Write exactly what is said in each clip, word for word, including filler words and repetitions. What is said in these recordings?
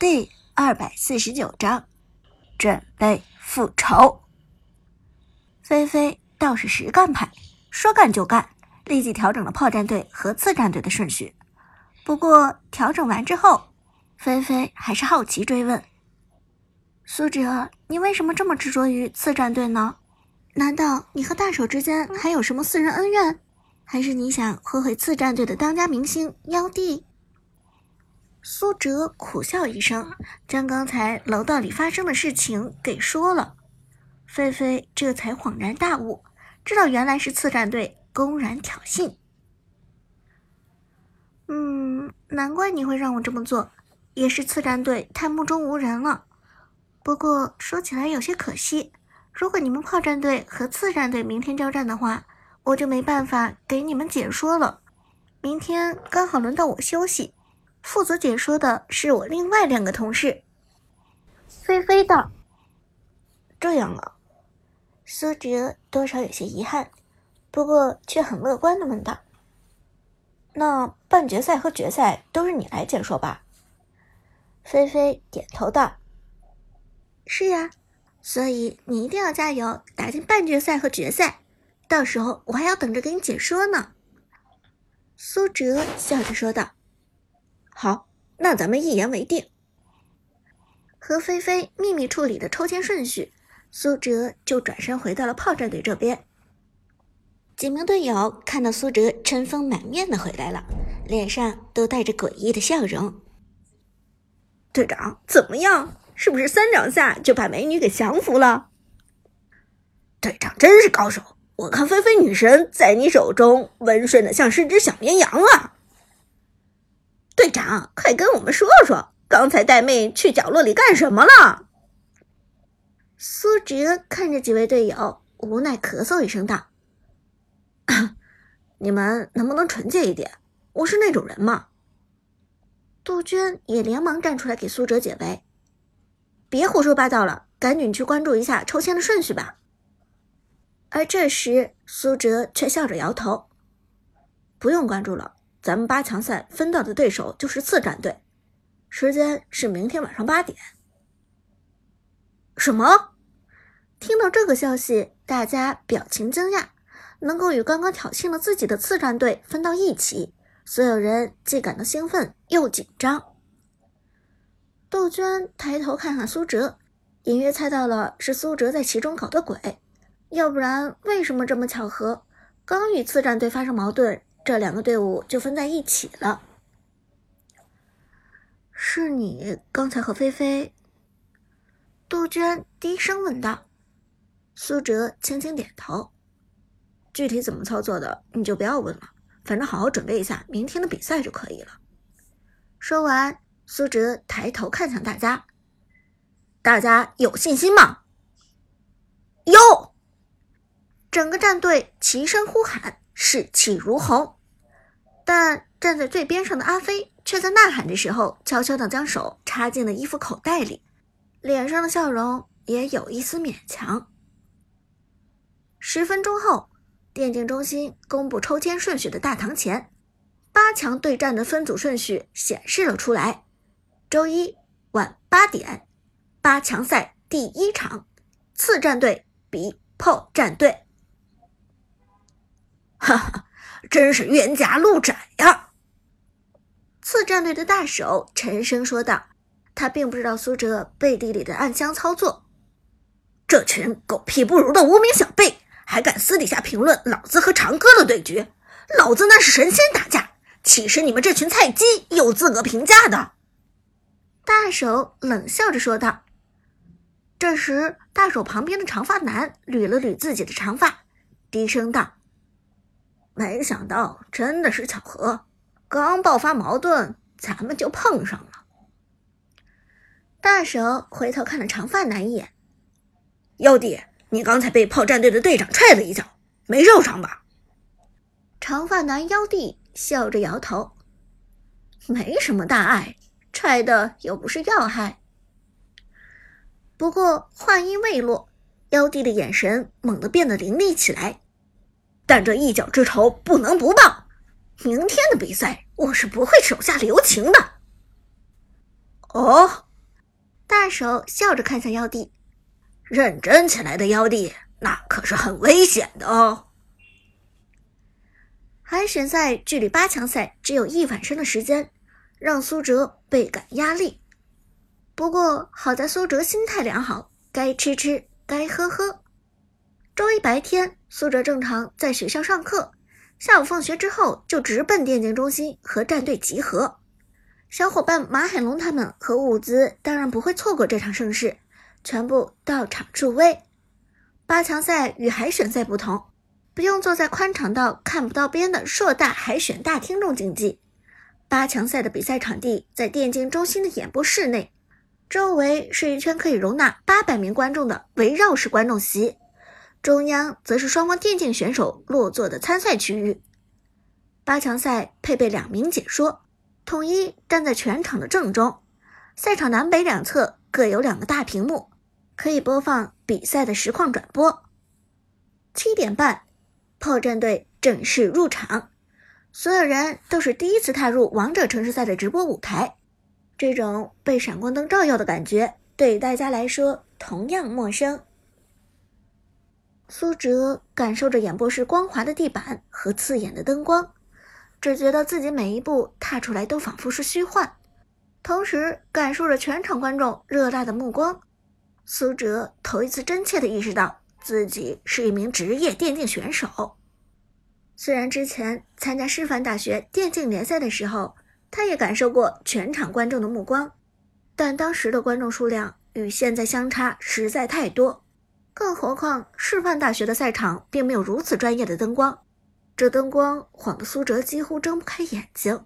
第二百四十九章，准备复仇。菲菲倒是实干派，说干就干，立即调整了炮战队和次战队的顺序。不过调整完之后，菲菲还是好奇追问：苏哲，你为什么这么执着于次战队呢？难道你和大手之间还有什么私人恩怨？还是你想毁毁次战队的当家明星妖帝？苏哲苦笑一声，将刚才楼道里发生的事情给说了。菲菲这才恍然大悟，知道原来是次战队公然挑衅。嗯，难怪你会让我这么做，也是次战队太目中无人了。不过说起来有些可惜，如果你们炮战队和次战队明天交战的话，我就没办法给你们解说了。明天刚好轮到我休息，负责解说的是我另外两个同事。菲菲道：这样啊。苏哲多少有些遗憾，不过却很乐观的问道：那半决赛和决赛都是你来解说吧？菲菲点头道：是呀，所以你一定要加油，打进半决赛和决赛，到时候我还要等着给你解说呢。苏哲笑着说道：好，那咱们一言为定。和菲菲秘密处理的抽签顺序，苏哲就转身回到了炮战队这边。几名队友看到苏哲春风满面的回来了，脸上都带着诡异的笑容。队长，怎么样？是不是三掌下就把美女给降服了？队长真是高手，我看菲菲女神在你手中温顺的像是只小绵羊啊！队长，快跟我们说说，刚才带妹去角落里干什么了？苏哲看着几位队友，无奈咳嗽一声道：你们能不能纯洁一点？我是那种人吗？杜鹃也连忙站出来给苏哲解围：别胡说八道了，赶紧去关注一下抽签的顺序吧。而这时苏哲却笑着摇头：不用关注了，咱们八强赛分到的对手就是次战队，时间是明天晚上八点。什么？听到这个消息，大家表情惊讶，能够与刚刚挑衅了自己的次战队分到一起，所有人既感到兴奋又紧张。杜鹃抬头看看苏哲，隐约猜到了是苏哲在其中搞的鬼，要不然为什么这么巧合，刚与次战队发生矛盾，这两个队伍就分在一起了？是你刚才和菲菲？杜鹃低声问道。苏哲轻轻点头：具体怎么操作的你就不要问了，反正好好准备一下明天的比赛就可以了。说完，苏哲抬头看向大家：大家有信心吗？有！整个战队齐声呼喊，士气如虹。但站在最边上的阿飞却在呐喊的时候悄悄地将手插进了衣服口袋里，脸上的笑容也有一丝勉强。十分钟后，电竞中心公布抽签顺序的大堂前，八强对战的分组顺序显示了出来。周一晚八点，八强赛第一场，次战队比炮战队。哈哈，真是冤家路窄呀！次战队的大手沉声说道，他并不知道苏哲背地里的暗箱操作。这群狗屁不如的无名小辈，还敢私底下评论老子和长哥的对决，老子那是神仙打架，岂是你们这群菜鸡有资格评价的？大手冷笑着说道。这时大手旁边的长发男捋了捋自己的长发，低声道：没想到真的是巧合，刚爆发矛盾咱们就碰上了。大手回头看了长发男一眼：妖弟，你刚才被炮战队的队长踹了一脚，没受伤吧？长发男妖帝笑着摇头：没什么大碍，踹的又不是要害。不过话音未落，妖帝的眼神猛地变得凌厉起来：但这一脚之仇不能不报，明天的比赛我是不会手下留情的。哦， 手笑着看向妖帝。 认真起来的妖帝，那可是很危险的哦。 海选赛距离八强赛只有一晚上的时间，让苏哲倍感压力。不过好在苏哲心态良好，该吃吃，该喝喝。周一白天，苏哲正常在学校上课，下午放学之后就直奔电竞中心和战队集合。小伙伴马海龙他们和伍兹当然不会错过这场盛事，全部到场助威。八强赛与海选赛不同，不用坐在宽敞到看不到边的硕大海选大厅中竞技。八强赛的比赛场地在电竞中心的演播室内，周围是一圈可以容纳八百名观众的围绕式观众席，中央则是双方电竞选手落座的参赛区域。八强赛配备两名解说，统一站在全场的正中，赛场南北两侧各有两个大屏幕，可以播放比赛的实况转播。七点半，炮战队正式入场，所有人都是第一次踏入王者城市赛的直播舞台，这种被闪光灯照耀的感觉对于大家来说同样陌生。苏哲感受着演播室光滑的地板和刺眼的灯光，只觉得自己每一步踏出来都仿佛是虚幻，同时感受着全场观众热辣的目光。苏哲头一次真切地意识到自己是一名职业电竞选手。虽然之前参加师范大学电竞联赛的时候，他也感受过全场观众的目光，但当时的观众数量与现在相差实在太多，更何况师范大学的赛场并没有如此专业的灯光，这灯光晃得苏哲几乎睁不开眼睛。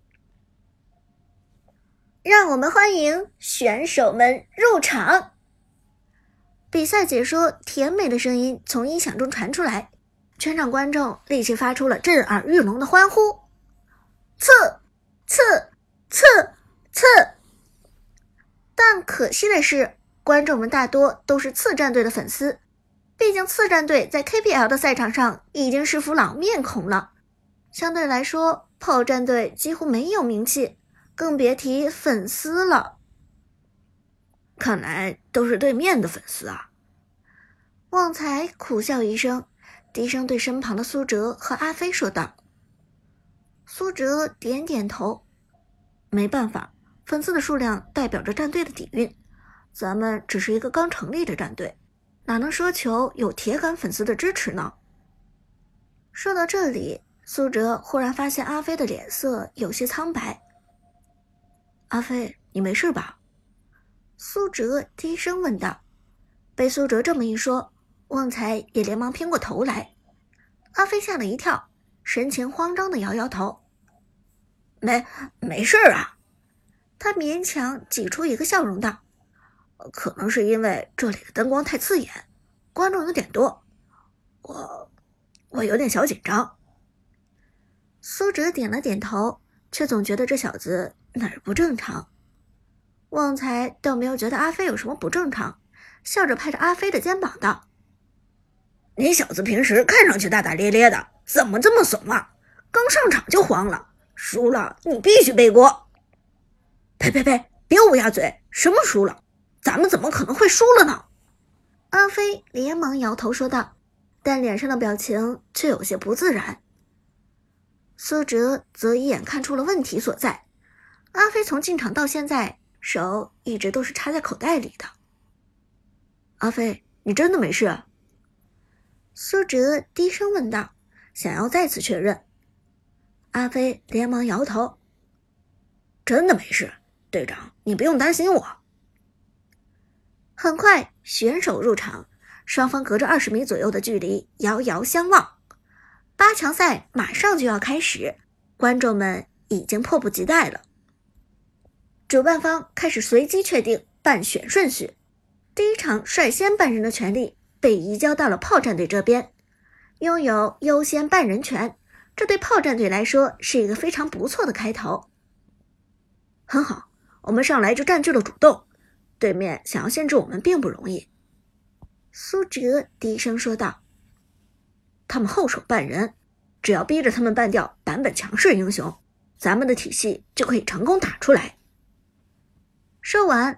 让我们欢迎选手们入场。比赛解说甜美的声音从音响中传出来，全场观众立即发出了震耳欲聋的欢呼。刺刺刺刺！但可惜的是，观众们大多都是次战队的粉丝，毕竟次战队在 K P L 的赛场上已经是副老面孔了，相对来说炮战队几乎没有名气，更别提粉丝了。 看来都是对面的粉丝啊。 旺财苦笑一声，低声对身旁的苏哲和阿飞说道。苏哲点点头，没办法，粉丝的数量代表着战队的底蕴，咱们只是一个刚成立的战队，哪能奢求有铁杆粉丝的支持呢？说到这里，苏哲忽然发现阿飞的脸色有些苍白。阿飞，你没事吧？苏哲低声问道。被苏哲这么一说，旺财也连忙偏过头来。阿飞吓了一跳，神情慌张地摇摇头。 没没事啊。 他勉强挤出一个笑容道， 可能是因为这里的灯光太刺眼，观众有点多，我我有点小紧张。 苏哲点了点头，却总觉得这小子哪儿不正常。旺财倒没有觉得阿飞有什么不正常，笑着拍着阿飞的肩膀道， 你小子平时看上去大大咧咧的，怎么这么怂啊？刚上场就慌了，输了你必须背锅。呸呸呸，别乌鸦嘴，什么输了？咱们怎么可能会输了呢？ 阿飞连忙摇头说道，但脸上的表情却有些不自然。苏哲则一眼看出了问题所在，阿飞从进场到现在，手一直都是插在口袋里的。 阿飞，你真的没事？ 苏哲低声问道，想要再次确认。阿飞连忙摇头， 真的没事，队长，你不用担心我。 很快，选手入场，双方隔着二十米左右的距离遥遥相望。八强赛马上就要开始，观众们已经迫不及待了。主办方开始随机确定办选顺序，第一场率先办人的权利被移交到了炮战队这边，拥有优先办人权，这对炮战队来说是一个非常不错的开头。 很好，我们上来就占据了主动，对面想要限制我们并不容易。 苏哲低声说道。 他们后手办人，只要逼着他们办掉版本强势英雄，咱们的体系就可以成功打出来。 说完，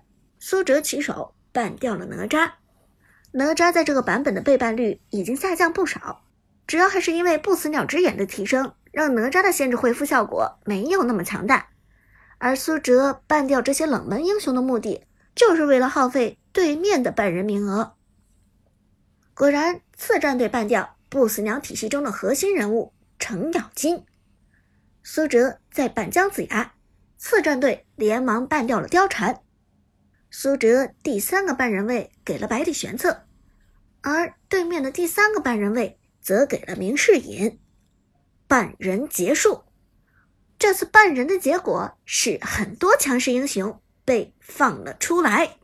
苏哲起手办掉了哪吒。哪吒在这个版本的背叛率已经下降不少，主要还是因为不死鸟之眼的提升，让哪吒的限制恢复效果没有那么强大。而苏哲办掉这些冷门英雄的目的，就是为了耗费对面的半人名额。果然，次战队办掉不死鸟体系中的核心人物程咬金。苏哲再办姜子牙，次战队连忙办掉了貂蝉。苏哲第三个半人位给了百里玄策，而对面的第三个半人位则给了明世隐。半人结束。这次半人的结果是很多强势英雄被放了出来。